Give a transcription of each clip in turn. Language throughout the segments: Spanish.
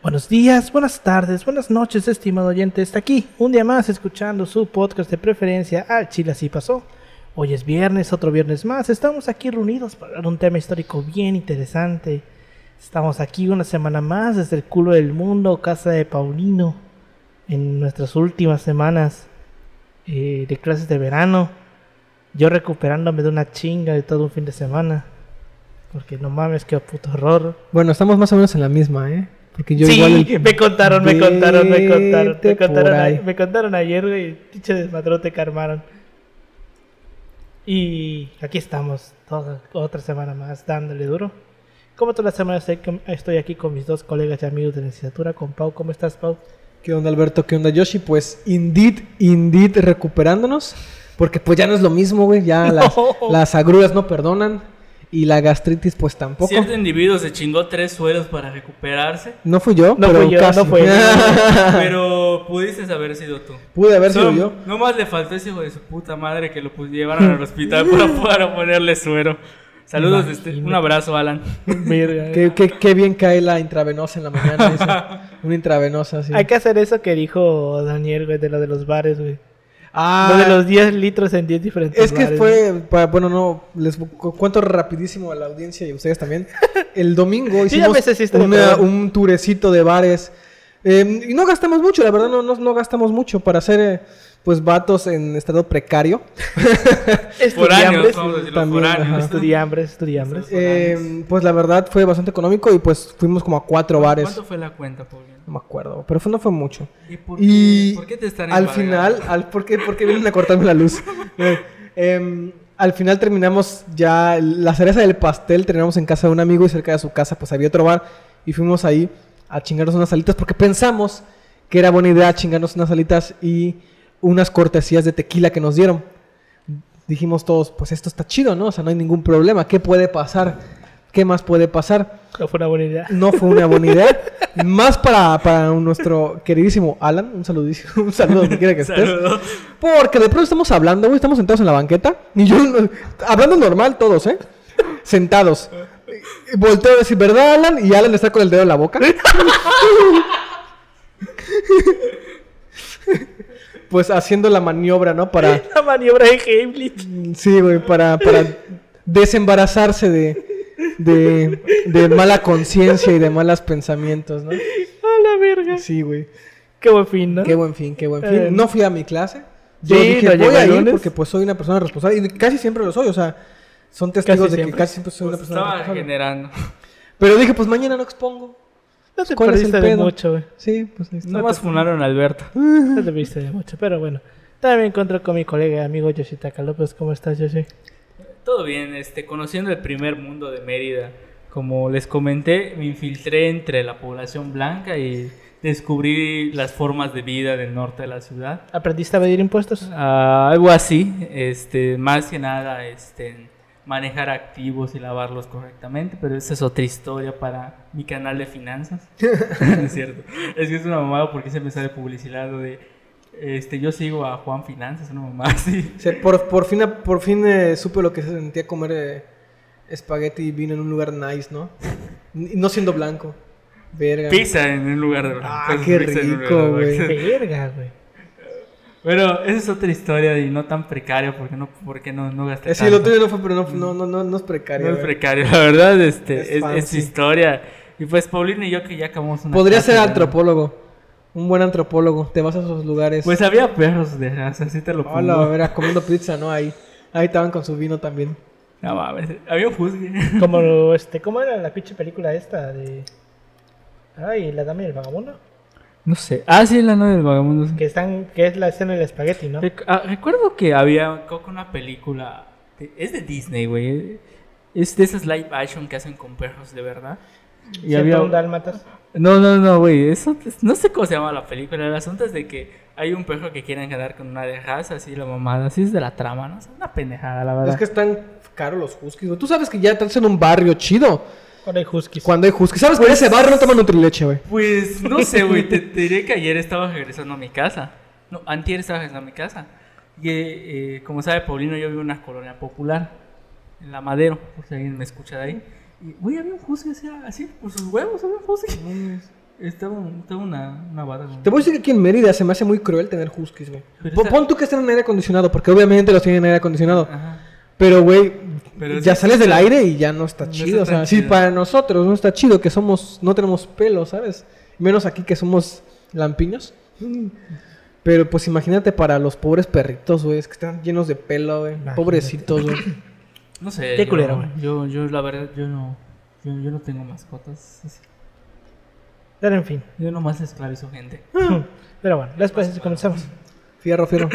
Buenos días, buenas tardes, buenas noches, estimado oyente. Está aquí un día más escuchando su podcast de preferencia, Al Chile Así Pasó. Hoy es viernes, otro viernes más. Estamos aquí reunidos para hablar de un tema histórico bien interesante. Estamos aquí una semana más desde el culo del mundo, casa de Paulino, en nuestras últimas semanas de clases de verano. Yo recuperándome de una chinga de todo un fin de semana. Porque no mames, qué puto horror. Bueno, estamos más o menos en la misma, ¿eh? Porque yo sí, igual me contaron ahí. me contaron ayer, güey, pinche desmadrote que armaron. Y aquí estamos, otra semana más, dándole duro. Como todas las semanas estoy aquí con mis dos colegas y amigos de la licenciatura, con Pau. ¿Cómo estás, Pau? ¿Qué onda, Alberto? ¿Qué onda, Yoshi? Pues, indeed, recuperándonos. Porque pues ya no es lo mismo, güey. Ya No. las agruras no perdonan. Y la gastritis, pues tampoco. Cierto individuo se chingó 3 sueros para recuperarse. No fui yo, No pero fui yo, casi. no fue yo. Pero pudiste haber sido tú. Pude haber sido yo. No más le faltó ese hijo de su puta madre que lo llevaron al hospital para ponerle suero. Saludos, un abrazo, Alan. Verga. Qué bien cae la intravenosa en la mañana. Una intravenosa, sí. Hay que hacer eso que dijo Daniel, güey, de lo de los bares, güey. Ah, Lo de los 10 litros en 10 diferentes es que bares. bueno, no, les cuento rapidísimo a la audiencia y a ustedes también. El domingo Sí, ya me sé esa historia, pero- un tourecito de bares. Y no gastamos mucho, la verdad, no gastamos mucho para ser, pues, vatos en estado precario. Estudiambres. Vamos a decirlo, También, foráneos. ajá. Estudiambres. Pues la verdad fue bastante económico y pues fuimos como a 4 bares. ¿Cuánto fue la cuenta, Paulino? No me acuerdo, pero no fue mucho. ¿Y por qué te están al embargando? final, ¿por qué vienen a cortarme la luz? Al final terminamos ya la cereza del pastel, terminamos en casa de un amigo y cerca de su casa pues había otro bar y fuimos ahí a chingarnos unas salitas porque pensamos que era buena idea chingarnos unas salitas y unas cortesías de tequila que nos dieron. Dijimos todos, pues esto está chido, ¿no? O sea, no hay ningún problema. ¿Qué puede pasar? ¿Qué más puede pasar? No fue una buena idea. No fue una buena idea. Más para nuestro queridísimo Alan. Un saludísimo. Un saludo donde quiera que estés. Saludos. Porque de pronto estamos hablando, güey. Estamos sentados en la banqueta. Y yo, hablando normal todos, ¿eh? Sentados. Y volteo a decir, ¿verdad, Alan? Y Alan está con el dedo en la boca. Pues haciendo la maniobra, ¿no? Para... La maniobra de Heimlich. Sí, güey, para desembarazarse de mala conciencia y de malos pensamientos, ¿no? A la verga. Sí, güey. Qué buen fin, ¿no? Qué buen fin, qué buen fin. No fui a mi clase. Yo Sí, dije, no voy llegó a el ir lunes. porque pues soy una persona responsable. Y casi siempre lo soy, o sea, son testigos Casi de que siempre. casi siempre soy una Pues persona estaba responsable. generando. Pero dije, pues mañana no expongo. No te ¿Cuál es el perdiste de pedo? mucho, güey. Sí, pues ahí está. No más funaron a Alberto. No te perdiste de mucho, pero bueno. También me encuentro con mi colega y amigo Yoshitaka López. ¿Cómo estás, Yoshi? Todo bien, conociendo el primer mundo de Mérida. Como les comenté, me infiltré entre la población blanca y descubrí las formas de vida del norte de la ciudad. ¿Aprendiste a pedir impuestos? Algo así, más que nada, manejar activos y lavarlos correctamente, pero esa es otra historia para mi canal de finanzas. No es cierto. Es que es una mamada porque se me sale publicidad lo de, yo sigo a Juan Finanzas, una mamada así. O sea, por fin supe lo que se sentía comer espagueti y vino en un lugar nice, ¿no? No siendo blanco. Verga. Pizza en un lugar de Ah, qué pizza en un rico, lugar de güey. Verga, güey. Pero esa es otra historia y no tan precaria porque no gasté Sí, lo tanto. tuyo no fue, pero no es precario. No es güey. precario, la verdad, es fancy. historia. Y pues Paulino y yo que ya acabamos una Podría ser cátedra, ¿no? antropólogo. Un buen antropólogo. Te vas a esos lugares. Pues había perros de raza, así te lo pongo. Hola, a ver, comiendo pizza, ¿no? Ahí estaban con su vino también. No mames, había un juzgue. ¿Cómo era la pinche película esta de... Ay, la dama y el vagabundo? No sé. Ah, sí, la novia del vagabundo. Que es la escena del espagueti, ¿no? Recuerdo que había una película. Es de Disney, güey. Es de esas live action que hacen con perros de verdad. Y había. un dálmatas. No, güey. No sé cómo se llama la película. El asunto es de que hay un perro que quieren quedar con una de raza, así la mamada. Así es de la trama, ¿no? Es una pendejada, la verdad. Es que están caros los huskies, güey. Tú sabes que ya estás en un barrio chido. Cuando hay huskies. Cuando hay huskies. ¿Sabes que en ese barrio no toman Nutrileche, güey? Pues no sé, güey. Te diré que ayer estaba regresando a mi casa. No, antier estaba regresando a mi casa. Y como sabe Paulino, yo vivo en una colonia popular. En La Madero, por si alguien me escucha de ahí. Y, güey, había un husky así, por sus huevos, había un husky. Estaba una vara. Te voy a decir que aquí en Mérida se me hace muy cruel tener huskies, güey. Pero está- Pon tú que estén en aire acondicionado, porque obviamente los tienen en aire acondicionado. Ajá. Pero, güey, Pero ya sí sales del está- aire y ya no está no chido. está O sea, tan sí, chido. para nosotros no está chido que no tenemos pelo, ¿sabes? Menos aquí que somos lampiños. Pero pues imagínate para los pobres perritos, güey, es que están llenos de pelo, güey. Imagínate. Pobrecitos, güey. No sé. Qué culero, güey. Yo, la verdad, yo no tengo mascotas. Así. Pero en fin. Yo nomás esclavizo gente. Pero bueno, después comenzamos. Fierro, fierro.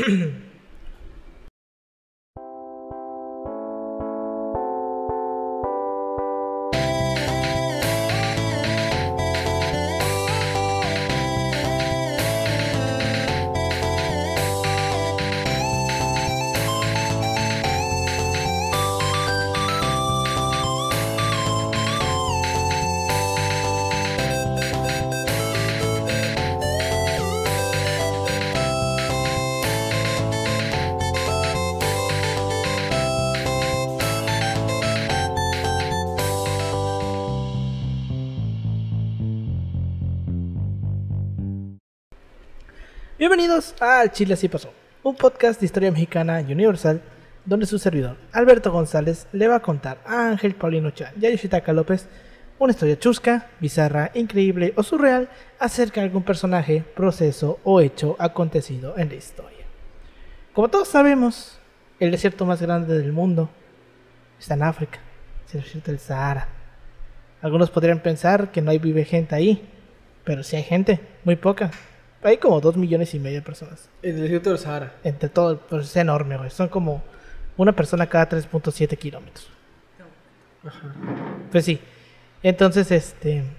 Bienvenidos a Chile Así Pasó, un podcast de historia mexicana y universal, donde su servidor, Alberto González, le va a contar a Ángel Paulino Chan y a Yoshitaka López una historia chusca, bizarra, increíble o surreal acerca de algún personaje, proceso o hecho acontecido en la historia. Como todos sabemos, el desierto más grande del mundo está en África, es el desierto del Sahara. Algunos podrían pensar que no vive gente ahí, pero sí hay gente, muy poca. Hay como 2,5 millones de personas. En el desierto del Sahara. Entre todo, pues es enorme, güey. Son como una persona cada 3.7 kilómetros. Pues sí. Entonces,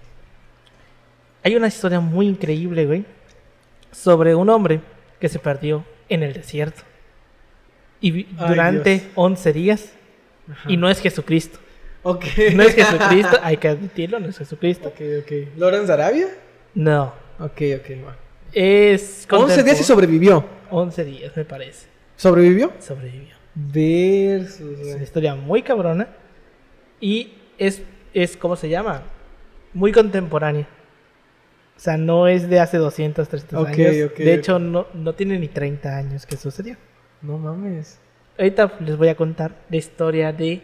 hay una historia muy increíble, güey, sobre un hombre que se perdió en el desierto. Y Ay, durante Dios. 11 días. Ajá. Y no es Jesucristo. Ok. No es Jesucristo, hay que admitirlo, no es Jesucristo. Ok, ok. ¿Lawrence Arabia? No. Ok, ok, va. Es 11 días y sobrevivió. 11 días, me parece. ¿Sobrevivió? Sobrevivió. Versus, Es una güey. historia muy cabrona. Y es ¿cómo se llama? Muy contemporánea. O sea, no es de hace 200, 300 Ok, años. ok, De ok. hecho, no tiene ni 30 años que sucedió. No mames. Ahorita les voy a contar la historia de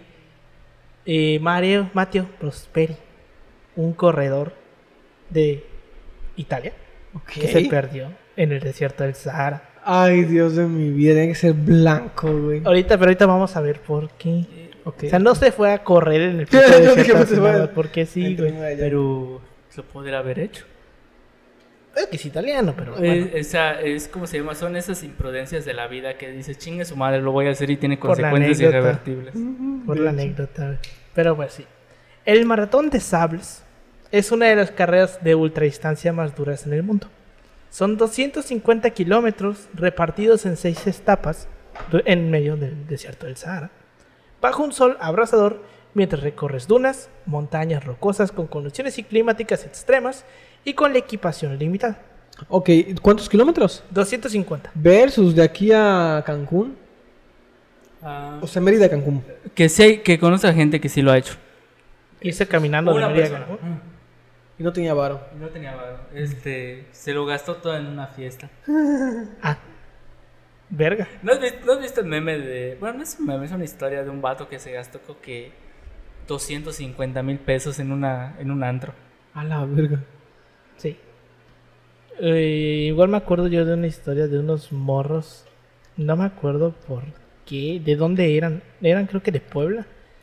Matteo Prosperi, un corredor de Italia Ok. que se perdió en el desierto del Sahara. Ay, Dios de mi vida, tiene que ser blanco, güey. Pero ahorita vamos a ver por qué. Ok. O sea, no se fue a correr en el puto Yo dije, desierto pues, del bueno, Sahara, porque sí, güey. Pero lo podría haber hecho. Que es italiano, pero bueno. Es como se llama, son esas imprudencias de la vida que dices, chingue su madre, lo voy a hacer y tiene Por la consecuencias anécdota. irrevertibles. Por la anécdota, güey. Pero pues sí. El maratón de sables es una de las carreras de ultradistancia más duras en el mundo. Son 250 kilómetros repartidos en 6 etapas en medio del desierto del Sahara, bajo un sol abrasador, mientras recorres dunas, montañas rocosas con condiciones climáticas extremas y con la equipación limitada. Ok, ¿cuántos kilómetros? 250. Versus de aquí a Cancún. Ah, O sea, Mérida a Cancún. que conozca gente que sí lo ha hecho. Irse caminando de Una Mérida a persona. Cancún. Y no tenía varo. No tenía varo. Se lo gastó todo en una fiesta. Ah, verga. ¿No has visto el meme de... Bueno, no es un meme, es una historia de un vato que se gastó como que 250,000 pesos en un antro. A la verga. Sí. Igual me acuerdo yo de una historia de unos morros. No me acuerdo por qué, de dónde eran. Eran creo que de Puebla.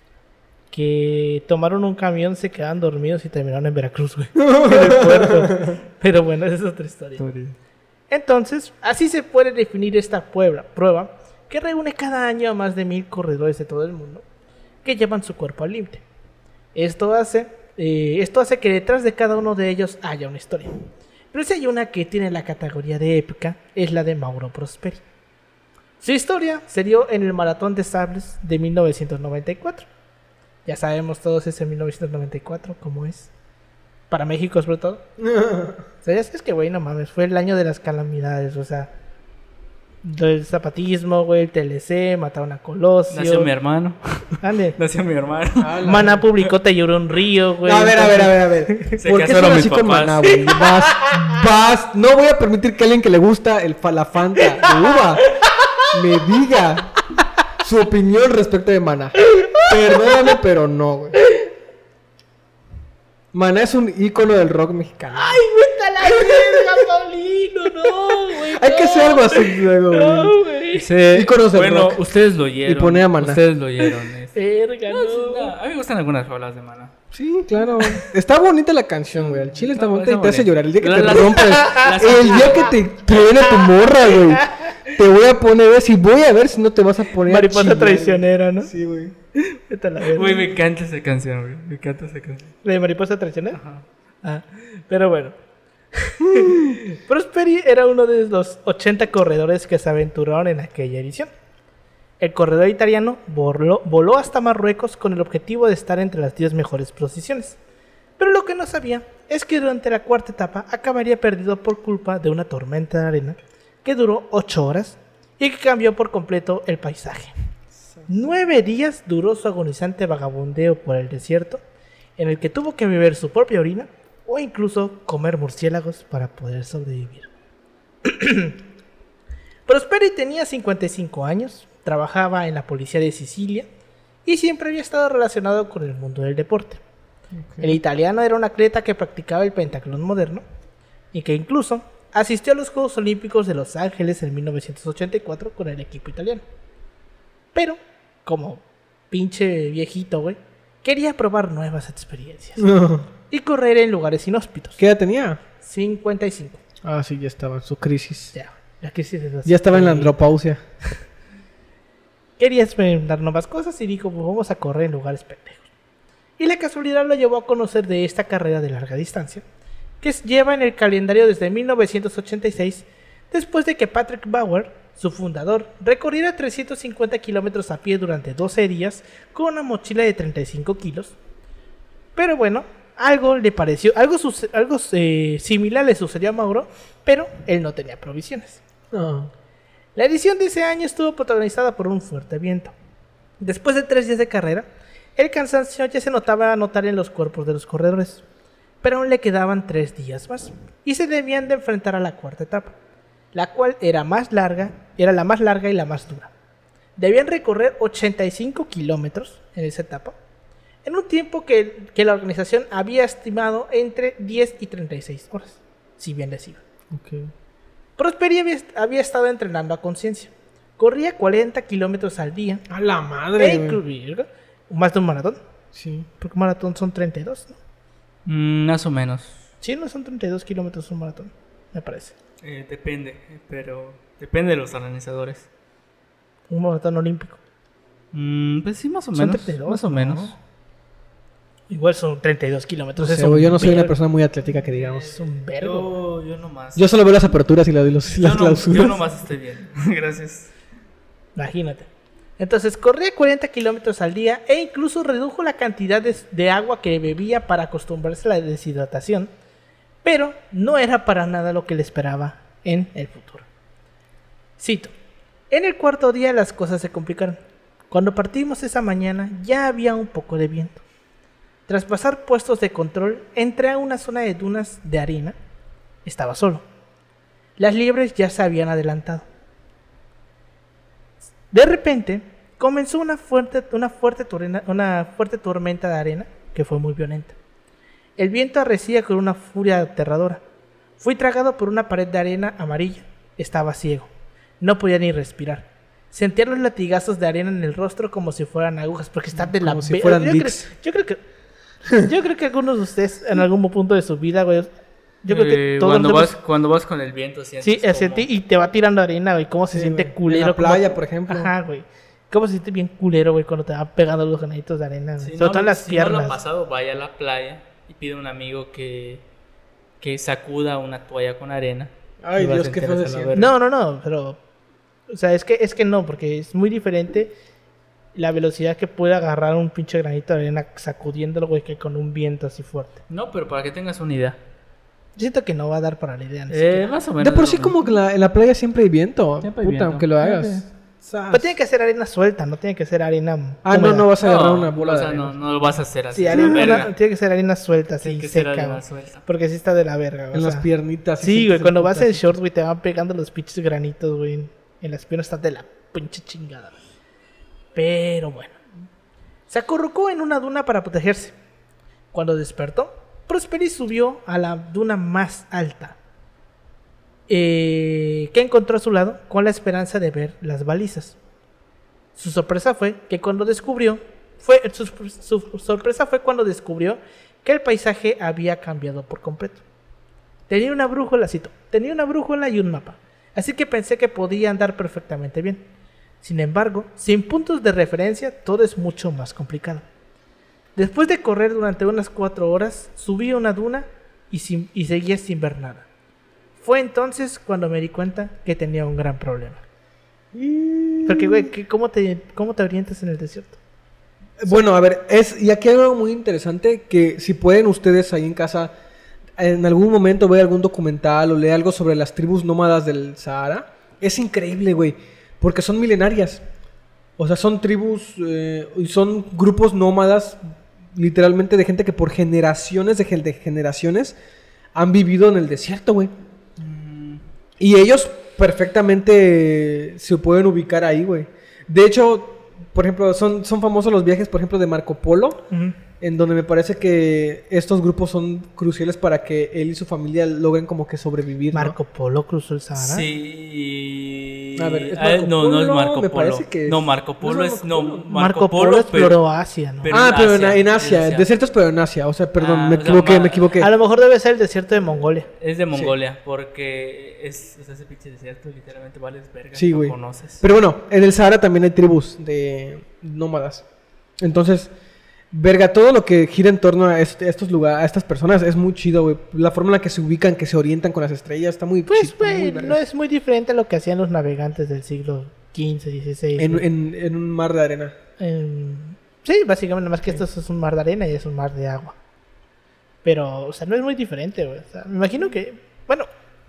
Que tomaron un camión, se quedaron dormidos y terminaron en Veracruz, güey. En el puerto. Pero bueno, esa es otra historia. Entonces, así se puede definir esta prueba que reúne cada año a más de 1,000 corredores de todo el mundo que llevan su cuerpo al límite. Esto hace que detrás de cada uno de ellos haya una historia. Pero si hay una que tiene la categoría de épica, es la de Mauro Prosperi. Su historia se dio en el Maratón de Sables de 1994. Ya sabemos todos ese 1994 cómo es. Para México sobre todo. O sea, es que güey, no mames, fue el año de las calamidades, o sea, del zapatismo, güey, el TLC, mataron a Colosio. Nació mi hermano. Ande. Nació mi hermano. Maná publicó Te lloró un río, güey. No, a ver. Se ¿Por qué casaron son mis así con papás. Maná, güey? Vas. No voy a permitir que alguien que le gusta la Fanta de uva me diga su opinión respecto de Maná. Perdóname, pero no, güey. Maná es un ícono del rock mexicano. Ay, vete a la verga, Paulino, no, güey. Hay que hacer algo así luego, güey. No, güey. Sí. Íconos del Bueno, rock. ustedes lo oyeron. Y pone a Maná. Ustedes lo oyeron. Verga, No, no. a mí me gustan algunas rolas de Maná. Sí, claro. Está bonita la canción, güey. Al chile está bonita y te hace bonita. llorar. El día que te Las- rompa el día que te truene tu morra, güey. Te voy a poner, voy a ver si no te vas a poner a Mariposa chillar, traicionera, ¿no? güey. Sí, güey. Vete a la verga. Güey, me encanta esa canción, güey. Me encanta esa canción. ¿La de Mariposa traicionera? Ajá. Ah, pero bueno. Prosperi era uno de los 80 corredores que se aventuraron en aquella edición. El corredor italiano voló hasta Marruecos con el objetivo de estar entre las 10 mejores posiciones. Pero lo que no sabía es que durante la cuarta etapa acabaría perdido por culpa de una tormenta de arena que duró 8 horas y que cambió por completo el paisaje. 9 días duró su agonizante vagabundeo por el desierto, en el que tuvo que beber su propia orina o incluso comer murciélagos para poder sobrevivir. Prosperi tenía 55 años, trabajaba en la policía de Sicilia y siempre había estado relacionado con el mundo del deporte. El italiano era un atleta que practicaba el pentatlón moderno y que incluso asistió a los Juegos Olímpicos de Los Ángeles en 1984 con el equipo italiano. Pero, como pinche viejito, güey, quería probar nuevas experiencias No. y correr en lugares inhóspitos. ¿Qué edad tenía? 55. Ah, sí, ya estaba en su crisis. Ya que sí, Ya estaba en la andropausia. Quería experimentar nuevas cosas y dijo, pues vamos a correr en lugares pendejos. Y la casualidad lo llevó a conocer de esta carrera de larga distancia, que lleva en el calendario desde 1986, después de que Patrick Bauer, su fundador, recorriera 350 kilómetros a pie durante 12 días con una mochila de 35 kilos. Pero bueno, algo le pareció, algo similar le sucedió a Mauro, pero él no tenía provisiones. No. La edición de ese año estuvo protagonizada por un fuerte viento. Después de 3 días de carrera, el cansancio ya se notaba a notar en los cuerpos de los corredores, pero aún le quedaban 3 días más y se debían de enfrentar a la cuarta etapa, la cual era la más larga y la más dura. Debían recorrer 85 kilómetros en esa etapa, en un tiempo que la organización había estimado entre 10 y 36 horas, si bien les iba. Okay. Prosperi había estado entrenando a conciencia. Corría 40 kilómetros al día. A la madre, güey. Incluir más de un maratón. Sí. Porque un maratón son 32, ¿no? Más o menos. Sí, no son 32 kilómetros un maratón, me parece. Depende, pero depende de los organizadores. Un maratón olímpico. Pues sí, más o Son menos. 32, más o ¿no? menos. Igual son 32 kilómetros. O sea, güey, yo no soy una persona muy atlética que digamos. Es un vergo. Yo nomás. Yo solo veo las aperturas y las clausuras. Yo nomás estoy bien. Gracias. Imagínate. Entonces corría 40 kilómetros al día e incluso redujo la cantidad de agua que bebía para acostumbrarse a la deshidratación. Pero no era para nada lo que le esperaba en el futuro. Cito. En el cuarto día las cosas se complicaron. Cuando partimos esa mañana ya había un poco de viento. Tras pasar puestos de control, entré a una zona de dunas de arena. Estaba solo. Las liebres ya se habían adelantado. De repente, comenzó una fuerte tormenta de arena que fue muy violenta. El viento arrecía con una furia aterradora. Fui tragado por una pared de arena amarilla. Estaba ciego. No podía ni respirar. Sentía los latigazos de arena en el rostro como si fueran agujas, porque están de la Como si fueran dicks. Yo creo que algunos de ustedes en algún punto de su vida, güey, yo creo que todos cuando vas con el viento sientes sí, como- y te va tirando arena, güey, cómo se Sí, siente güey. culero. En la cómo- playa, por ejemplo. Ajá, güey. Cómo se siente bien culero, güey, cuando te van pegando los granitos de arena, güey. Si Sobre no, todo en las si no lo piernas. ha pasado, vaya a la playa y pide a un amigo que sacuda una toalla con arena. Ay, Y vas Dios, a qué enterar feo a se la siente. verga. No, pero o sea, es que no, porque es muy diferente la velocidad que puede agarrar un pinche granito de arena sacudiéndolo, güey, que con un viento así fuerte. No, pero para que tengas una idea. Siento que no va a dar para la idea. Ni siquiera. Más o menos. De por es sí lo como que en la playa siempre hay viento. Siempre hay Puta, viento. aunque lo hagas. Siempre. Sas. Pero tiene que ser arena suelta, no tiene que ser arena. Ah, no, húmeda. no vas a agarrar No, una bola o sea, de arena. no lo vas a hacer así. Sí, a la verga. tiene que ser arena suelta, así Tiene que ser seca. arena güey. suelta. Porque sí está de la verga. o En las sea. piernitas. Sí, sientes güey, el cuando vas en putazo. shorts, güey, te van pegando los pinches granitos, güey. En las piernas estás de la pinche chingada. Güey. Pero bueno. Se acurrucó en una duna para protegerse. Cuando despertó, Prosperi subió a la duna más alta. Que encontró a su lado con la esperanza de ver las balizas. Su sorpresa fue que cuando descubrió... Su sorpresa fue cuando descubrió que el paisaje había cambiado por completo. Tenía una brújula, cito, tenía una brújula y un mapa, así que pensé que podía andar perfectamente bien. Sin embargo, sin puntos de referencia, todo es mucho más complicado. Después de correr durante unas 4 horas, subí a una duna y seguía sin ver nada. Fue entonces cuando me di cuenta que tenía un gran problema. Porque, güey, ¿cómo te orientas en el desierto? Bueno, a ver, y aquí hay algo muy interesante que si pueden ustedes ahí en casa en algún momento ver algún documental o leer algo sobre las tribus nómadas del Sahara, es increíble, güey, porque son milenarias. O sea, son tribus y son grupos nómadas literalmente de gente que por generaciones de generaciones han vivido en el desierto, güey. Y ellos perfectamente se pueden ubicar ahí, güey. De hecho, por ejemplo, son famosos los viajes, por ejemplo, de Marco Polo, en donde me parece que estos grupos son cruciales para que él y su familia logren como que sobrevivir, ¿no? Marco Polo cruzó el Sahara. Sí. A ver, ¿es Marco no es Polo? Marco Me Polo. parece que es- No, Marco Polo ¿No es es. Marco No, Polo? Marco Polo exploró Asia, ¿no? pero- Pero en en Asia, Asia, en Asia. desiertos, pero en Asia. O sea, perdón, Ah, me o sea, equivoqué, ma- me equivoqué. A lo mejor debe ser el desierto de Mongolia. Es de Mongolia, porque es ese pinche desierto, literalmente vales verga. Sí, no güey. conoces. Pero bueno, en el Sahara también hay tribus de nómadas. Entonces, verga, todo lo que gira en torno a estos lugares, a estas personas es muy chido, güey. La forma en la que se ubican, que se orientan con las estrellas, está muy Pues, chido, muy güey, verga. no es muy diferente a lo que hacían los navegantes del siglo XV, XVI. güey. en un mar de arena. Sí, básicamente, más que esto es un mar de arena y es un mar de agua. Pero, o sea, no es muy diferente, güey. O sea, me imagino que, bueno,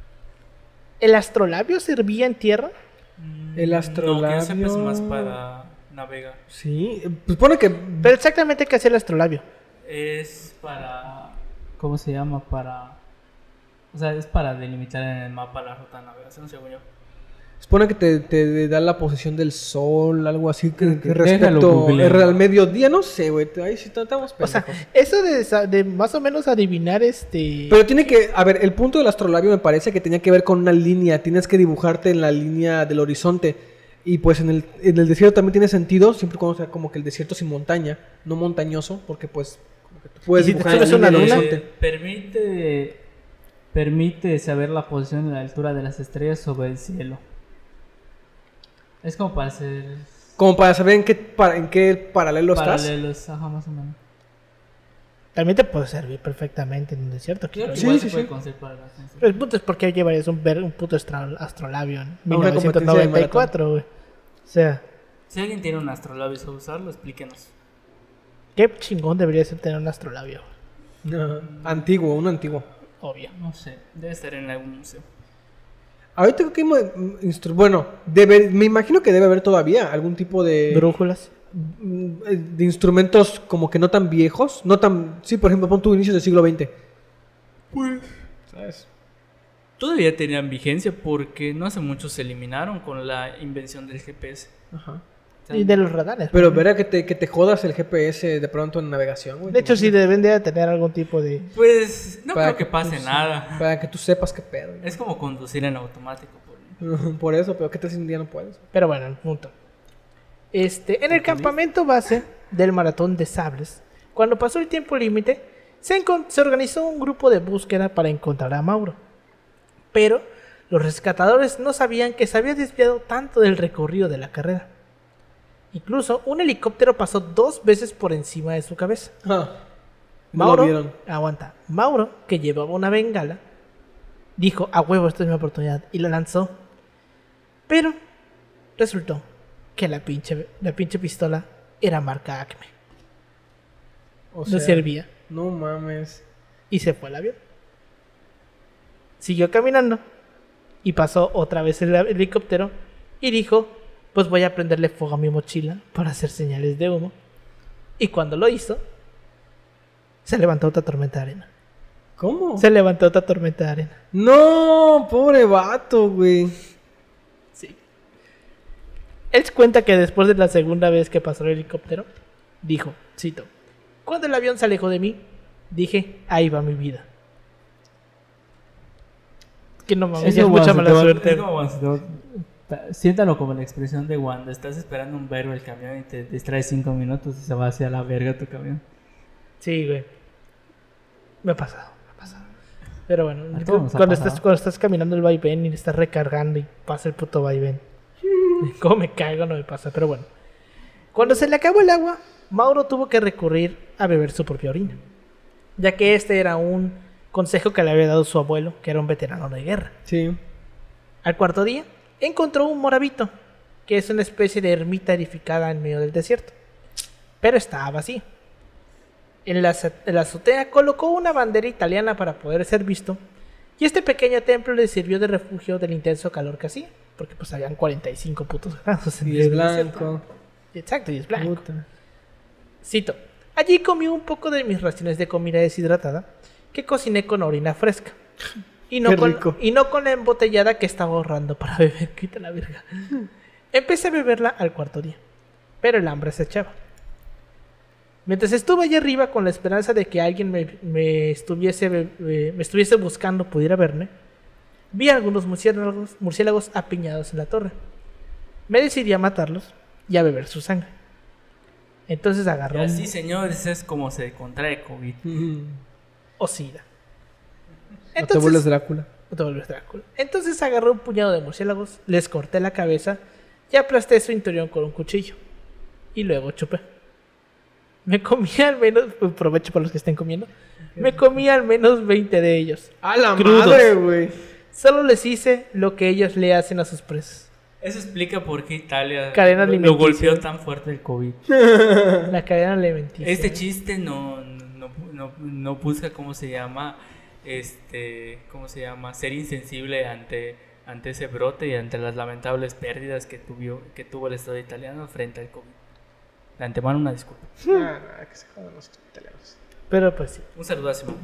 ¿el astrolabio servía en tierra? El No, que yo sepa es astrolabio- más para navegar. Sí, pues pone que... Pero exactamente, ¿qué hacía el astrolabio? Es para. ¿Cómo se llama? Para. O sea, es para delimitar en el mapa la ruta de navegación, según yo. Supone que te da la posición del sol, algo así que Déjalo respecto googlear. al mediodía, no sé, güey. Ahí sí estamos O sea, pendejos. eso de más o menos adivinar Pero tiene que, a ver, el punto del astrolabio me parece que tenía que ver con una línea. Tienes que dibujarte en la línea del horizonte. Y pues en el desierto también tiene sentido, siempre y cuando sea como que el desierto sin montaña, no montañoso, porque pues como que tú puedes ¿Y si te dibujar en la subes línea una del luna? horizonte. Permite saber la posición y la altura de las estrellas sobre el cielo. Es como para hacer Como para saber en qué paralelo estás. paralelos, ajá, más o menos. también te puede servir perfectamente en un desierto. Claro, claro. Sí, igual sí, se puede sí. conseguir para las ciencias. Pero el punto es por qué llevarías un puto astrolabio en una competencia de 1994, güey. O sea, Si alguien tiene un astrolabio y sabe usarlo, explíquenos. qué chingón debería ser tener un astrolabio, Ajá. Antiguo, uno antiguo. obvio. No sé, debe estar en algún museo. Ahorita creo que bueno, me imagino que debe haber todavía algún tipo de Brújulas. de instrumentos como que no tan viejos, no tan, sí, por ejemplo, pon tu inicios del siglo XX. Pues, ¿sabes? Todavía tenían vigencia porque no hace mucho se eliminaron con la invención del GPS. Ajá. O sea, Y de los radares. Pero ¿no? verá que te jodas el GPS de pronto en navegación, güey. De hecho, sí deben de tener algún tipo de... Pues no Para creo que que pase tú- nada. Para que tú sepas qué pedo. Es como conducir en automático. Por... Por eso, pero ¿qué tal si un día no puedes? Pero bueno, el punto. En el campamento base del maratón de sables, cuando pasó el tiempo límite, se organizó un grupo de búsqueda para encontrar a Mauro. Pero los rescatadores no sabían que se había desviado tanto del recorrido de la carrera. Incluso un helicóptero pasó 2 veces por encima de su cabeza. No Mauro, lo vieron. aguanta. Mauro, que llevaba una bengala, dijo, a huevo, esta es mi oportunidad, y la lanzó. Pero resultó que la pinche pistola era marca Acme. O No servía. No mames. Y se fue el avión. Siguió caminando y pasó otra vez el helicóptero y dijo, pues voy a prenderle fuego a mi mochila para hacer señales de humo. Y cuando lo hizo, se levantó otra tormenta de arena. ¿Cómo? Se levantó otra tormenta de arena. No, pobre vato, güey. Sí. Él cuenta que después de la segunda vez que pasó el helicóptero, dijo, cito, cuando el avión se alejó de mí, dije, ahí va mi vida. Que no mames, ya es mucha mala suerte. Siéntalo como la expresión de Wanda. Estás esperando un verbo el camión y te distrae 5 minutos y se va hacia la verga tu camión. Sí, güey. Me ha pasado. Pero bueno, A todos nos ha cuando pasado. estás caminando el vaivén y estás recargando y pasa el puto vaivén. Cómo me caigo, no me pasa, pero bueno. Cuando se le acabó el agua, Mauro tuvo que recurrir a beber su propia orina, ya que este era un consejo que le había dado su abuelo, que era un veterano de guerra. Sí. Al cuarto día, encontró un morabito, que es una especie de ermita edificada en medio del desierto, pero estaba vacío. En la azotea colocó una bandera italiana para poder ser visto, y este pequeño templo le sirvió de refugio del intenso calor que hacía, porque pues habían 45 putos grados en Y medio es del desierto. blanco. Exacto, y es blanco. Puta. Cito, allí comí un poco de mis raciones de comida deshidratada, que cociné con orina fresca. Y no, Qué rico. y no con la embotellada que estaba ahorrando para beber, quita la verga. Empecé a beberla al cuarto día, pero el hambre se echaba. Mientras estuve allí arriba con la esperanza de que alguien me estuviese buscando, pudiera verme, vi algunos murciélagos apiñados en la torre. Me decidí a matarlos y a beber su sangre. Entonces Y agarró así, señores, es como se contrae COVID. o SIDA. No te vuelves Drácula. No te vuelves Drácula. Entonces agarré un puñado de murciélagos, les corté la cabeza y aplasté su interior con un cuchillo. Y luego chupé. Me comí al menos, provecho para los que estén comiendo, me comí al menos 20 de ellos. ¡A la Crudos. madre, güey! Solo les hice lo que ellos le hacen a sus presos. Eso explica por qué Italia Cadena lo alimenticia. golpeó tan fuerte el COVID. La cadena alimenticia. Este chiste no busca cómo se llama, ser insensible ante ese brote y ante las lamentables pérdidas que tuvo el Estado italiano frente al COVID. De antemano una disculpa. Que se jodan los italianos. Pero pues sí. Un saludo a Simón.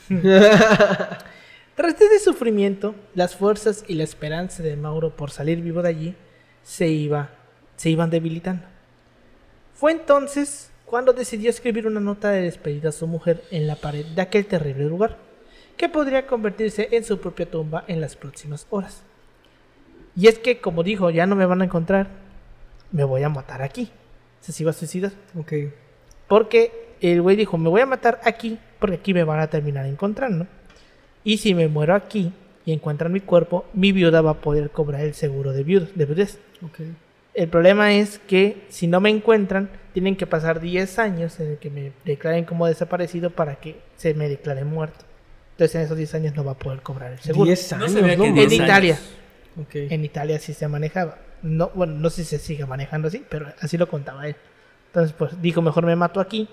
Tras este sufrimiento, las fuerzas y la esperanza de Mauro por salir vivo de allí se iban debilitando. Fue entonces cuando decidió escribir una nota de despedida a su mujer en la pared de aquel terrible lugar, que podría convertirse en su propia tumba en las próximas horas. Y es que, como dijo, ya no me van a encontrar, me voy a matar aquí. Se iba a suicidar. Ok. Porque el güey dijo, me voy a matar aquí, porque aquí me van a terminar encontrando. Y si me muero aquí y encuentran mi cuerpo, mi viuda va a poder cobrar el seguro de viudez. Ok. El problema es que si no me encuentran, tienen que pasar 10 años en el que me declaren como desaparecido para que se me declare muerto. Entonces en esos 10 años no va a poder cobrar el seguro. 10 años, sabía que ¿no? En 10 años. Italia. Ok. En Italia sí se manejaba. No, bueno, no sé si se sigue manejando así, pero así lo contaba él. Entonces, pues dijo, mejor me mato aquí,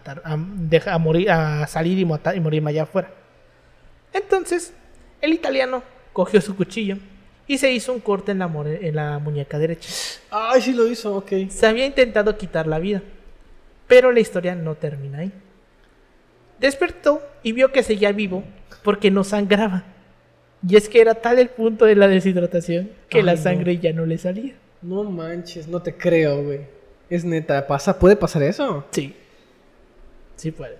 a morir, a salir y morirme allá afuera. Entonces, el italiano cogió su cuchillo y se hizo un corte en la muñeca derecha. Ay, sí lo hizo, ok. Se había intentado quitar la vida, pero la historia no termina ahí. Despertó y vio que seguía vivo porque no sangraba. Y es que era tal el punto de la deshidratación que Ay, la no. sangre ya no le salía. No manches, no te creo, güey. Es neta, ¿puede pasar eso? Sí. Sí puede.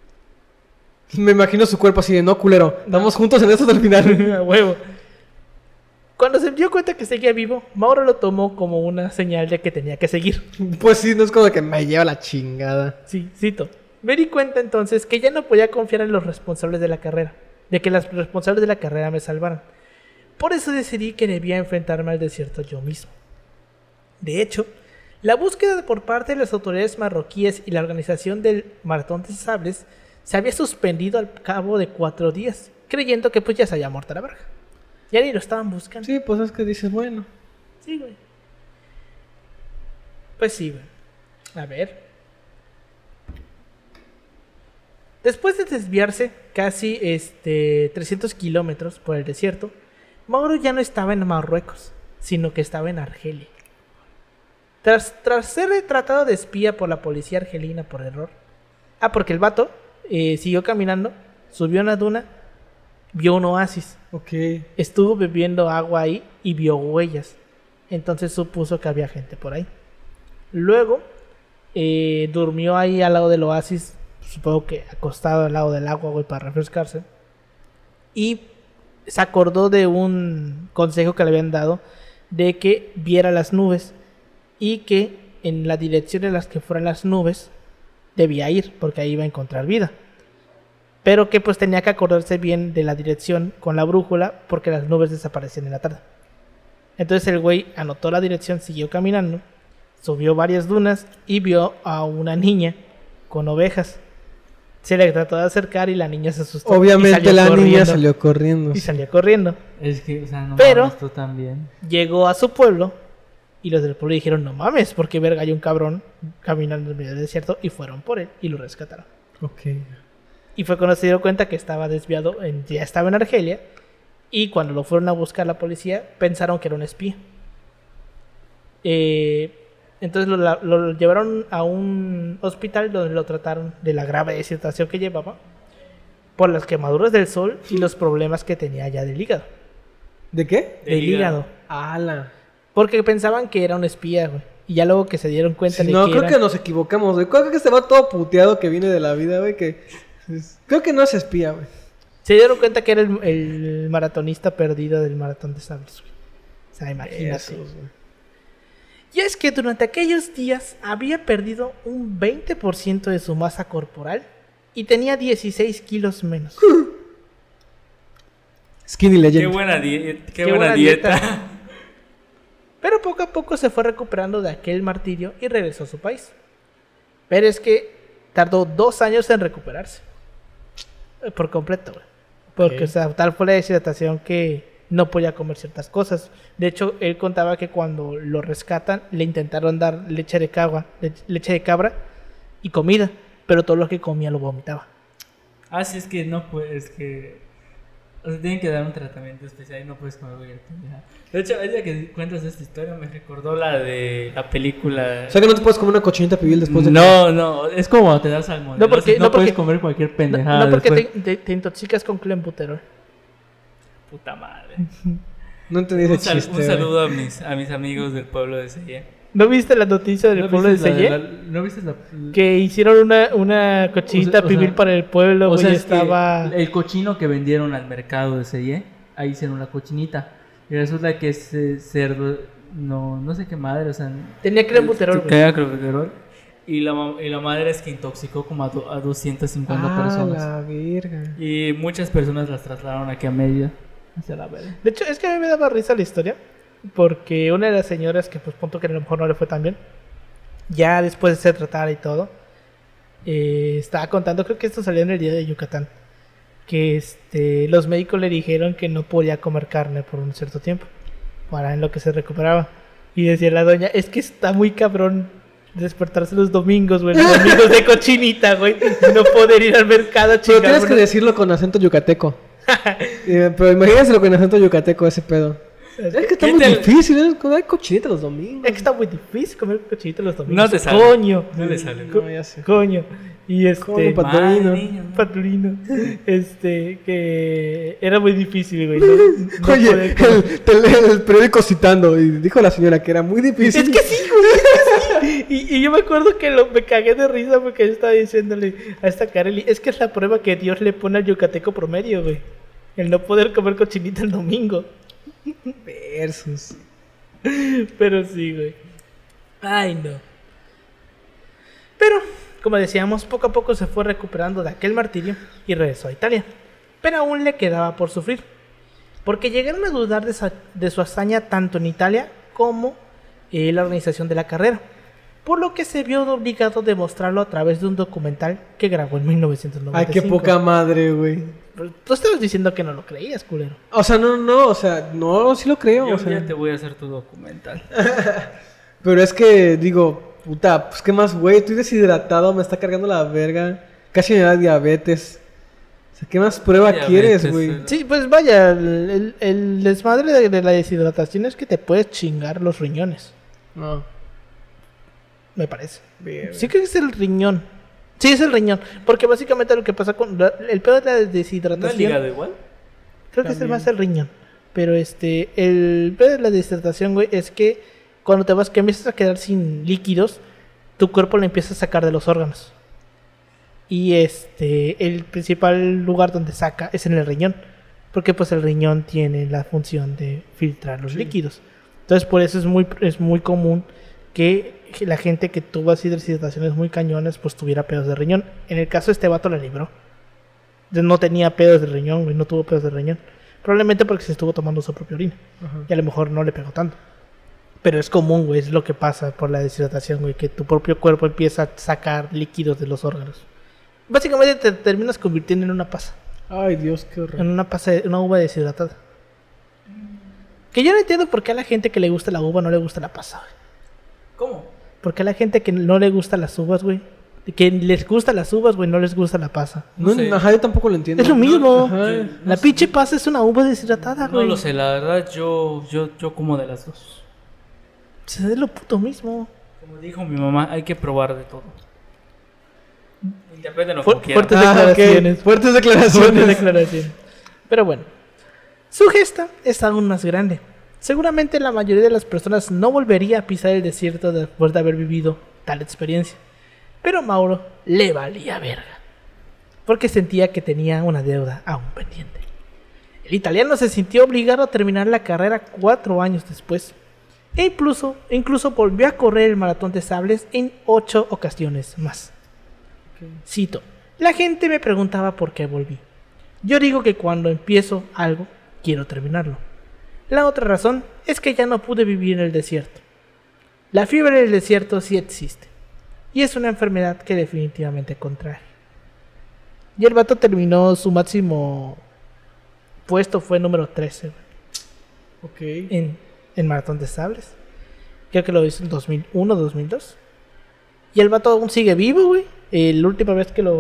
Me imagino su cuerpo así de, no, culero, vamos juntos en esto hasta el final. A huevo. Cuando se dio cuenta que seguía vivo, Mauro lo tomó como una señal de que tenía que seguir. Pues sí, no es como que me lleva la chingada. Sí, cito. Me di cuenta entonces que ya no podía confiar en los responsables de la carrera, de que los responsables de la carrera me salvaran. Por eso decidí que debía enfrentarme al desierto yo mismo. De hecho, la búsqueda por parte de las autoridades marroquíes y la organización del Maratón de Sables se había suspendido al cabo de 4 días, creyendo que pues ya se había muerto la verga. Ya ni lo estaban buscando. Sí, pues es que dices, bueno. Sí, güey. Pues sí, güey. A ver. Después de desviarse casi 300 kilómetros por el desierto, Mauro ya no estaba en Marruecos, sino que estaba en Argelia. Tras ser tratado de espía por la policía argelina por error. Porque el vato siguió caminando, subió a una duna, vio un oasis. Ok. Estuvo bebiendo agua ahí y vio huellas. Entonces supuso que había gente por ahí. Luego durmió ahí al lado del oasis, supongo que acostado al lado del agua, güey, para refrescarse. Y se acordó de un consejo que le habían dado de que viera las nubes y que en la dirección en las que fueran las nubes debía ir, porque ahí iba a encontrar vida. Pero que pues tenía que acordarse bien de la dirección con la brújula, porque las nubes desaparecían en la tarde. Entonces el güey anotó la dirección, siguió caminando, subió varias dunas y vio a una niña con ovejas. Se le trató de acercar y la niña se asustó. Obviamente la niña salió corriendo. Y salió corriendo. Es que, o sea, no Pero mames, tú también. llegó a su pueblo y los del pueblo dijeron, no mames, porque verga hay un cabrón caminando en medio del desierto, y fueron por él y lo rescataron. Ok. Y fue cuando se dieron cuenta que estaba desviado, ya estaba en Argelia, y cuando lo fueron a buscar la policía, pensaron que era un espía. Entonces lo llevaron a un hospital donde lo trataron de la grave situación que llevaba por las quemaduras del sol y los problemas que tenía ya del hígado. ¿De qué? Del hígado. ¡Hala! Porque pensaban que era un espía, güey. Y ya luego que se dieron cuenta de No, que creo era... que nos equivocamos, güey. Creo que se va todo puteado que viene de la vida, güey. Creo que no es espía, güey. Se dieron cuenta que era el maratonista perdido del maratón de Sables, güey. O sea, imagínate. Eso, güey. Y es que durante aquellos días había perdido un 20% de su masa corporal y tenía 16 kilos menos. Skinny Legend. Qué buena dieta. Pero poco a poco se fue recuperando de aquel martirio y regresó a su país. Pero es que tardó 2 años en recuperarse. Por completo, güey. Porque, Okay. o sea, tal fue la deshidratación que no podía comer ciertas cosas. De hecho, él contaba que cuando lo rescatan, le intentaron dar leche de cabra y comida. Pero todo lo que comía lo vomitaba. Ah, sí, es que no puedes, es que... O sea, tienen que dar un tratamiento especial y no puedes comer cualquier pendeja. De hecho, ella que cuentas esta historia me recordó la de la película... O sea que no te puedes comer una cochinita pibil después de... No, es como cuando te das salmonela. No, porque- no no, porque- puedes comer cualquier pendejada No porque después. te intoxicas con clenbuterol. Puta madre. No entendí ese chiste, Un güey. saludo a mis amigos del pueblo de Sella. ¿No viste la noticia del pueblo de Selle? ¿No viste la...? Que hicieron una cochinita O sea, pibil para el pueblo, O sea, güey, es que estaba... el cochino que vendieron al mercado de Selle, ahí hicieron la cochinita. Y resulta que ese cerdo, no sé qué madre, o sea... Tenía clenbuterol, güey. Tenía clenbuterol. Y la madre es que intoxicó como a 250 personas. la verga. Y muchas personas las trasladaron aquí a Mérida. Hacia la verga. De hecho, es que a mí me daba risa la historia. Porque una de las señoras que, pues, punto que a lo mejor no le fue tan bien, ya después de ser tratada y todo, estaba contando, creo que esto salió en el día de Yucatán, que los médicos le dijeron que no podía comer carne por un cierto tiempo, para en lo que se recuperaba. Y decía la doña, es que está muy cabrón despertarse los domingos, güey, los domingos de cochinita, güey, y no poder ir al mercado a Pero chingar. tienes que decirlo con acento yucateco. Pero imagínenselo con acento yucateco ese pedo. Es que está muy difícil, ¿eh? Comer cochinita los domingos. Es que está muy difícil comer cochinita los domingos. No te sale. Coño. No le sale. No, ya sé. Coño. Y Coño, Patulino. Patulino. Que era muy difícil, güey. No Oye, poder comer. el periódico citando, y dijo la señora que era muy difícil. Es que sí, güey. Es que sí. Y yo me acuerdo que me cagué de risa porque yo estaba diciéndole a esta Kareli, es que es la prueba que Dios le pone al yucateco promedio, güey. El no poder comer cochinita el domingo. Versus. Pero sí, güey. Ay, no. Pero, como decíamos, poco a poco se fue recuperando de aquel martirio y regresó a Italia. Pero aún le quedaba por sufrir. Porque llegaron a dudar de su hazaña tanto en Italia como la organización de la carrera. Por lo que se vio obligado a demostrarlo a través de un documental que grabó en 1995. Ay, qué poca madre, güey. Pero tú estabas diciendo que no lo creías, culero. O sea, no, sí lo creo. Yo O sea. ya te voy a hacer tu documental. Pero es que, digo, puta, pues qué más, güey, estoy deshidratado, me está cargando la verga. Casi me da diabetes. O sea, ¿qué más prueba Diabetes, quieres, güey? Sí, pues vaya, el desmadre de la deshidratación es que te puedes chingar los riñones, No. me parece. Bien. Sí que es el riñón. Sí, es el riñón. Porque básicamente lo que pasa con el pedo de la ¿No es deshidratación. ligado igual? Creo que es el También. más el riñón. Pero el pedo de la deshidratación, güey, es que cuando que empiezas a quedar sin líquidos, tu cuerpo le empieza a sacar de los órganos. Y el principal lugar donde saca es en el riñón. Porque pues el riñón tiene la función de filtrar los líquidos. Entonces por eso es muy común que la gente que tuvo así deshidrataciones muy cañones pues tuviera pedos de riñón. En el caso de este vato la libró. No tenía pedos de riñón, güey, no tuvo pedos de riñón. Probablemente porque se estuvo tomando su propia orina. Ajá. Y a lo mejor no le pegó tanto. Pero es común, güey, es lo que pasa por la deshidratación, güey, que tu propio cuerpo empieza a sacar líquidos de los órganos. Básicamente te terminas convirtiendo en una pasa. Ay, Dios, qué horror. En una pasa, una uva deshidratada. Que yo no entiendo por qué a la gente que le gusta la uva no le gusta la pasa, güey. ¿Cómo? ¿Por qué a la gente que no le gusta las uvas, güey? Que les gustan las uvas, güey, no les gusta la pasa. No, No sé. ajá, yo tampoco lo entiendo. Es lo mismo. Ajá. La pinche pasa es una uva deshidratada, No güey. lo sé, la verdad yo como de las dos. Es lo puto mismo. Como dijo mi mamá, hay que probar de todo. Interpretenlo como quieran. Fuertes Ah, ok. declaraciones. Fuertes Fuerte declaraciones. declaración. Pero bueno, su gesta es aún más grande. Seguramente la mayoría de las personas no volvería a pisar el desierto después de haber vivido tal experiencia. Pero a Mauro le valía verga. Porque sentía que tenía una deuda aún pendiente. El italiano se sintió obligado a terminar la carrera 4 años después. E incluso volvió a correr el maratón de sables en 8 ocasiones más. Cito: la gente me preguntaba por qué volví. Yo digo que cuando empiezo algo, quiero terminarlo. La otra razón es que ya no pude vivir en el desierto. La fiebre del desierto sí existe. Y es una enfermedad que definitivamente contrae. Y el vato terminó su máximo puesto fue número 13 Ok. en maratón de sables. Creo que lo hizo en 2001, 2002. Y el vato aún sigue vivo, güey. La última vez que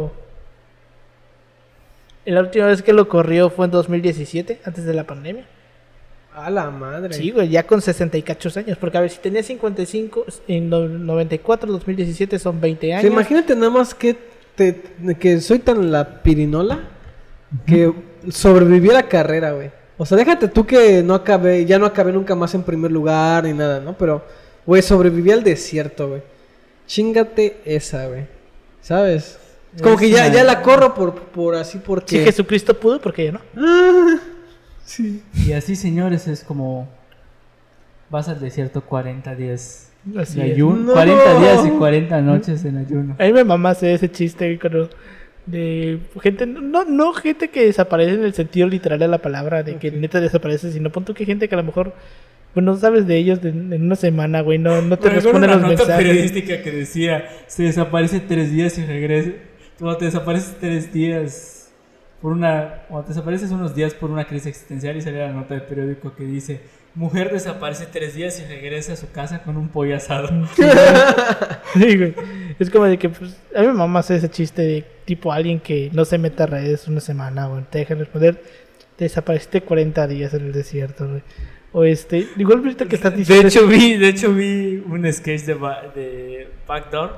lo corrió fue en 2017, antes de la pandemia. A la madre. Sí, güey, ya con 60 y cachos años. Porque a ver, si tenía 55 en 94, 2017 son 20 O sea, años. imagínate nada más que soy tan la pirinola que sobreviví a la carrera, güey. O sea, déjate tú que ya no acabé nunca más en primer lugar ni nada, ¿no? Pero, güey, sobreviví al desierto, güey. Chíngate esa, güey. ¿Sabes? Es como que ya la corro por así porque... Si Jesucristo pudo, porque yo no. Ah, sí. Y así, señores, es como vas al desierto 40 días Así de es. ayuno. No. 40 días y 40 noches en ayuno. A mí me mamá hace ese chiste, güey, cuando de gente, no gente que desaparece en el sentido literal de la palabra, de que neta desaparece, sino punto que gente que a lo mejor, pues no sabes de ellos en una semana, güey, no te Bueno, responden una los nota mensajes. periodística que decía, se desaparece 3 días y regresa. Cuando te desapareces 3 días cuando te desapareces unos días por una crisis existencial, y sale la nota del periódico que dice: mujer desaparece 3 días y regresa a su casa con un pollo asado. Sí, güey. Es como de que, pues, a mí mi mamá hace ese chiste de tipo alguien que no se mete a redes una semana, güey, te deja responder, te desapareciste 40 días en el desierto, güey. O igual ahorita que estás diciendo... De hecho vi un sketch de Backdoor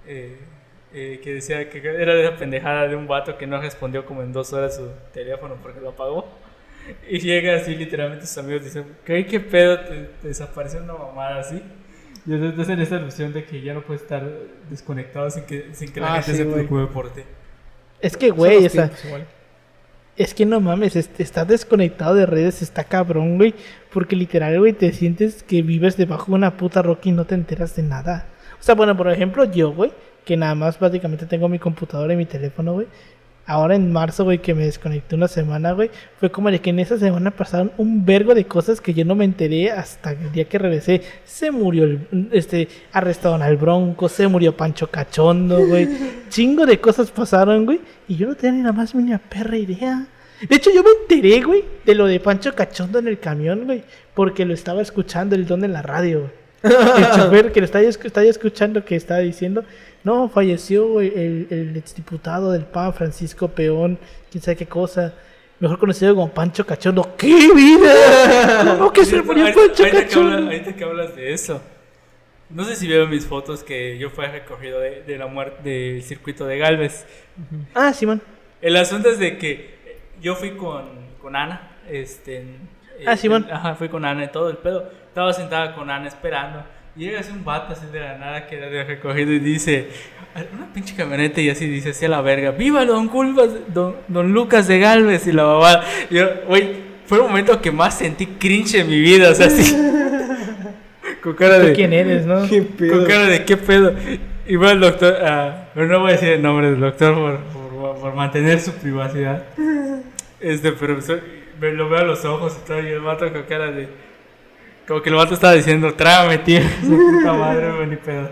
que decía que era de la pendejada de un vato que no respondió como en 2 horas su teléfono porque lo apagó. Y llega así literalmente sus amigos dicen: ¿qué pedo? ¿Te desapareció una mamada así? Y entonces hacen esta ilusión de que ya no puedes estar desconectado sin que la gente sí, se güey. preocupe por ti. Es que, Son güey, los tiempos igual. es que no mames, estás desconectado de redes, está cabrón, güey. Porque literal, güey, te sientes que vives debajo de una puta roca y no te enteras de nada. O sea, bueno, por ejemplo, yo, güey, que nada más básicamente tengo mi computadora y mi teléfono, güey. Ahora en marzo, güey, que me desconecté una semana, güey, fue como de que en esa semana pasaron un vergo de cosas que yo no me enteré hasta el día que regresé. Se murió arrestaron al Bronco, se murió Pancho Cachondo, güey. Chingo de cosas pasaron, güey, y yo no tenía ni la más mínima perra idea. De hecho, yo me enteré, güey, de lo de Pancho Cachondo en el camión, güey, porque lo estaba escuchando el don en la radio, güey. El chofer que lo estaba escuchando, que estaba diciendo, No, falleció el exdiputado del PAN, Francisco Peón, quién sabe qué cosa. Mejor conocido como Pancho Cachondo. ¡Qué vida! ¿Cómo que se murió Pancho Cachondo? Ahorita que hablas de eso. No sé si vieron mis fotos que yo fui recorrido de la muerte del circuito de Galvez. Ah, Simón. El asunto es de que yo fui con Ana. Simón. Ajá, fui con Ana y todo el pedo. Estaba sentada con Ana esperando. Y llega así un vato así de la nada que era de recorrido y dice, una pinche camioneta y así dice, así a la verga, ¡viva don Lucas de Galvez! Y la babada. Yo, güey, fue el momento que más sentí cringe en mi vida, o sea, así. Con cara de... ¿Quién eres, no? ¿Qué pedo? Con cara de, ¿qué pedo? Y va el doctor, pero no voy a decir el nombre del doctor por mantener su privacidad. Pero me lo veo a los ojos y todo, y el vato con cara de... Como que el vato estaba diciendo, trágame, tío. Su puta madre, güey, ni pedo.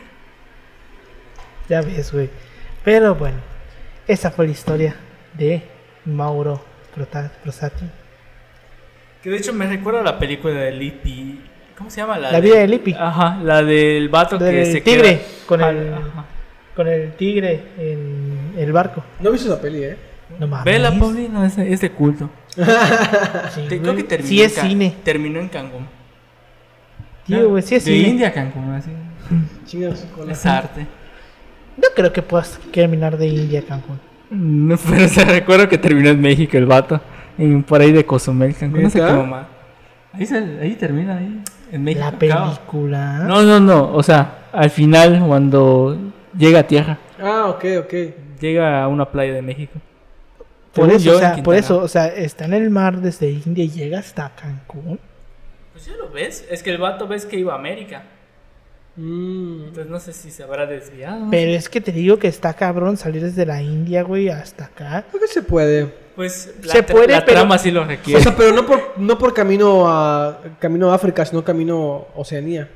Ya ves, güey. Pero bueno, esa fue la historia de Mauro Prosati. Que de hecho me recuerda a la película de Lippi. ¿Cómo se llama? La vida de Lippi. Ajá, la del vato que Del se tigre, queda... con el tigre en el barco. No he visto esa peli, No mames. Vela, Paulino, es de culto. Sí, Creo güey. que terminó, Sí es cine. Terminó en Cancún. Tío, güey, sí es de cine. India a Cancún, así. Chinga su cola. Es arte. No creo que puedas terminar de India a Cancún. No, pero recuerdo que terminó en México el vato. Por ahí de Cozumel, Cancún. No sé ¿Neta? qué mamá. Ahí termina, ahí. En México. La película. No. O sea, al final, cuando llega a tierra. Ah, ok. Llega a una playa de México. Por Según eso, yo, o sea, en por Quintana. eso, o sea, está en el mar desde India y llega hasta Cancún. Pues ya lo ves. Es que el vato ves que iba a América. Mm. Entonces no sé si se habrá desviado. Pero es que te digo que está cabrón salir desde la India, güey, hasta acá. Creo que se puede. Pues Se puede, la pero- trama sí lo O requiere. sea, pero no por camino a África, sino camino Oceanía.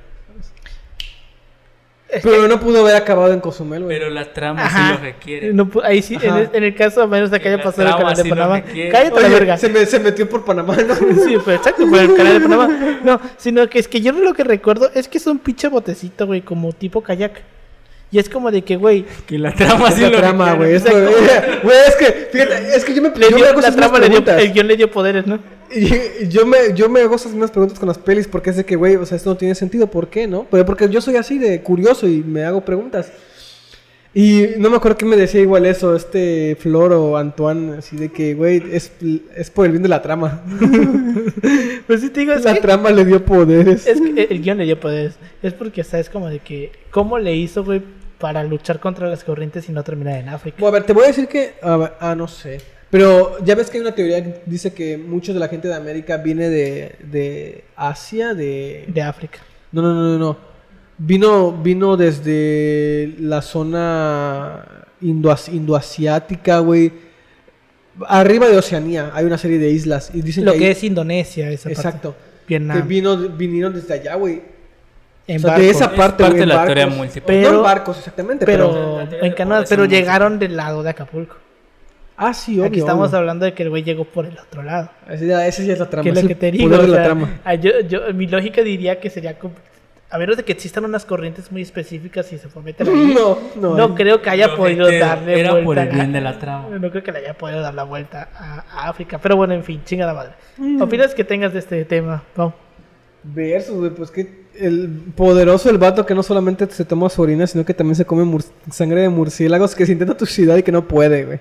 Es Pero no pudo haber acabado en Cozumel, güey. Pero la trama Ajá. sí lo requiere. No ahí sí, Ajá. en el caso, a menos de que haya La pasado el trama canal de sí lo Panamá. requiere. Cállate la Oye, verga. se metió por Panamá, ¿no? Sí, pues exacto, por el canal de Panamá. No, sino que es que yo lo que recuerdo es que es un pinche botecito, güey, como tipo kayak. Y es como de que, güey, Que la trama Es sí la lo trama, güey. requiere. Güey, es que, fíjate, es que yo me le yo dio, me hago la esas mismas trama le dio, preguntas. el guión le dio poderes, ¿no? Y yo me hago esas mismas preguntas con las pelis porque es de que, güey, o sea, esto no tiene sentido, ¿por qué, no? Pero porque yo soy así de curioso y me hago preguntas. Y no me acuerdo quién me decía igual eso, Flor o Antoine, así de que, güey, es por el bien de la trama. Pues sí te digo, La trama le dio poderes. es que el guión le dio poderes. Es porque, o sea, es como de que, ¿cómo le hizo, güey, para luchar contra las corrientes y no terminar en África? Bueno, a ver, te voy a decir que, no sé. Pero ya ves que hay una teoría que dice que mucho de la gente de América viene de Asia, De África. No. Vino desde la zona indoasiática, güey. Arriba de Oceanía hay una serie de islas y dicen Lo que que ahí- es Indonesia, esa exacto, parte. Vietnam. que vinieron desde allá, güey. En O sea, barco. de esa Es parte, parte güey, de en la barcos. teoría múltiple. Pero- No en barcos, exactamente, Pero la teoría en de canoas, población pero múltiple. llegaron del lado de Acapulco. Ah, sí, obvio. Aquí estamos obvio. hablando de que el güey llegó por el otro lado. Esa ya es la trama. Que es es lo el que te digo. poder de o la sea, trama. mi lógica diría que sería a menos de que existan unas corrientes muy específicas y se fomenten ahí. No creo que haya Lo podido reitero, darle era vuelta. por el bien de la trama. No creo que le haya podido dar la vuelta a África. Pero bueno, en fin, chinga la madre. ¿Opinas que tengas de este tema, Pau? Versus, güey, pues que el poderoso el vato que no solamente se toma su orina, sino que también se come sangre de murciélagos que se intenta suicidar y que no puede, güey.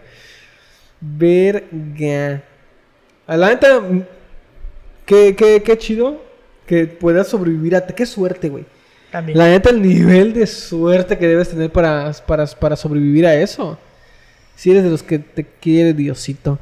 Verga. A la neta, qué chido que puedas sobrevivir a... Qué suerte, güey. También. La neta, el nivel de suerte que debes tener para sobrevivir a eso. Si eres de los que te quiere Diosito.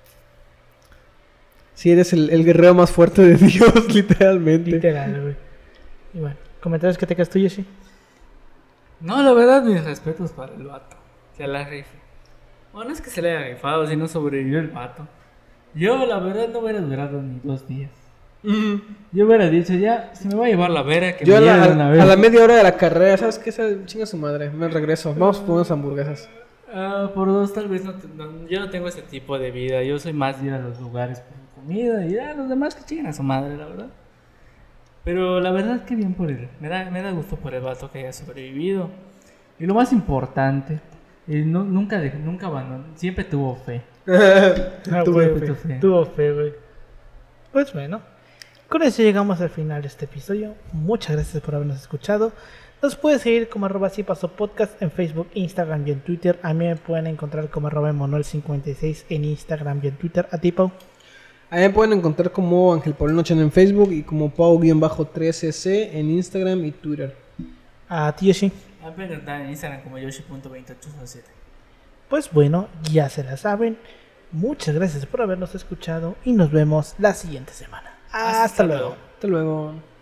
Si eres el guerrero más fuerte de Dios, literalmente. Literal, güey. Y bueno, comentarios que tengas tú, Yoshi. No, la verdad, mis respetos para el vato. Se la rifa. Bueno, no es que se le haya rifado, sino sobrevivió el vato. Yo, la verdad, no hubiera durado ni 2 días. Mm. Yo hubiera dicho, ya, se me va a llevar la vera que Yo me lleve de una vez. a la media hora de la carrera, ¿sabes qué? Chinga su madre, me regreso. Vamos por unas hamburguesas. Por 2 tal vez yo no tengo ese tipo de vida. Yo soy más de ir a los lugares por comida y ya los demás que chinguen a su madre, la verdad. Pero la verdad que bien por él. Me da gusto por el vato que haya sobrevivido. Y lo más importante, nunca abandonó, siempre tuvo fe. Tuvo fe, güey. Pues bueno, con eso llegamos al final de este episodio. Muchas gracias por habernos escuchado. Nos puedes seguir como @asipasopodcast en Facebook, Instagram y en Twitter. A mí me pueden encontrar como @emanuel56 en Instagram y en Twitter. A ti, Pau. A mí me pueden encontrar como Ángel Paulino Chan en Facebook y como Pau-3cc en Instagram y Twitter. A ti, Yoshi. Me pueden encontrar en Instagram como yoshi.2807. Pues bueno, ya se la saben. Muchas gracias por habernos escuchado y nos vemos la siguiente semana. Hasta luego. Hasta luego.